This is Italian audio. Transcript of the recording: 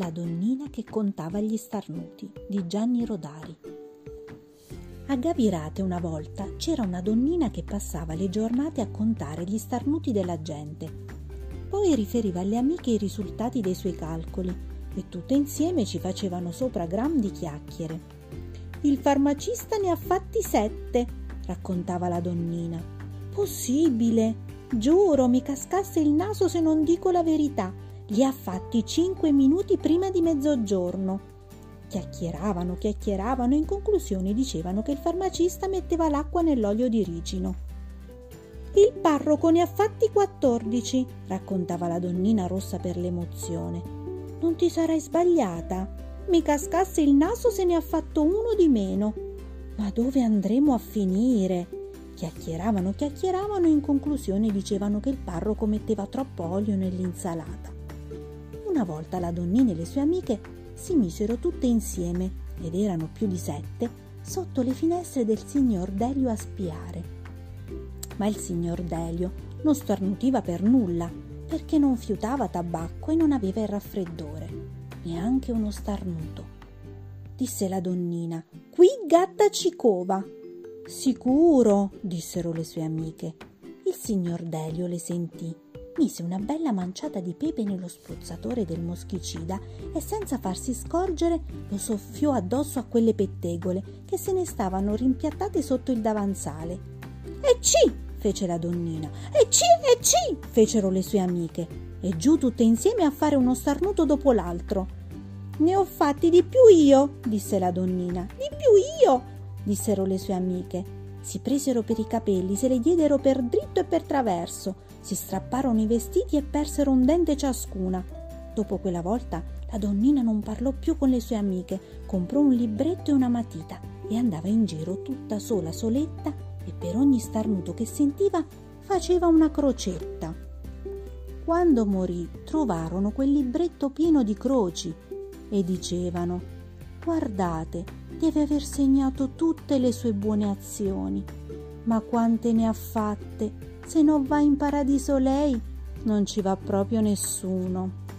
La donnina che contava gli starnuti di Gianni Rodari. A Gavirate una volta c'era una donnina che passava le giornate a contare gli starnuti della gente. Poi riferiva alle amiche i risultati dei suoi calcoli e tutte insieme ci facevano sopra grandi chiacchiere. «Il farmacista ne ha fatti 7», raccontava la donnina. «Possibile? Giuro, mi cascasse il naso se non dico la verità. Li ha fatti 5 minuti prima di mezzogiorno». Chiacchieravano e in conclusione dicevano che il farmacista metteva l'acqua nell'olio di ricino. «Il parroco ne ha fatti 14», raccontava la donnina rossa per l'emozione. «Non ti sarai sbagliata? Mi cascasse il naso se ne ha fatto uno di meno. Ma dove andremo a finire?» Chiacchieravano e in conclusione dicevano che il parroco metteva troppo olio nell'insalata. Una volta la donnina e le sue amiche si misero tutte insieme, ed erano più di 7, sotto le finestre del signor Delio a spiare. Ma il signor Delio non starnutiva per nulla, perché non fiutava tabacco e non aveva il raffreddore, neanche uno starnuto. Disse la donnina: «Qui gatta ci cova». «Sicuro», dissero le sue amiche. Il signor Delio le sentì, mise una bella manciata di pepe nello spruzzatore del moschicida e senza farsi scorgere lo soffiò addosso a quelle pettegole che se ne stavano rimpiattate sotto il davanzale. «Ecci!» fece la donnina. «Ecci! fecero le sue amiche e giù tutte insieme a fare uno starnuto dopo l'altro. «Ne ho fatti di più io», disse la donnina. «Di più io», dissero le sue amiche. Si presero per i capelli, se li diedero per dritto e per traverso, si strapparono i vestiti e persero un dente ciascuna. Dopo quella volta la donnina non parlò più con le sue amiche, comprò un libretto e una matita e andava in giro tutta sola, soletta, e per ogni starnuto che sentiva faceva una crocetta. Quando morì trovarono quel libretto pieno di croci e dicevano: «Guardate, deve aver segnato tutte le sue buone azioni, ma quante ne ha fatte! Se non va in paradiso lei, non ci va proprio nessuno».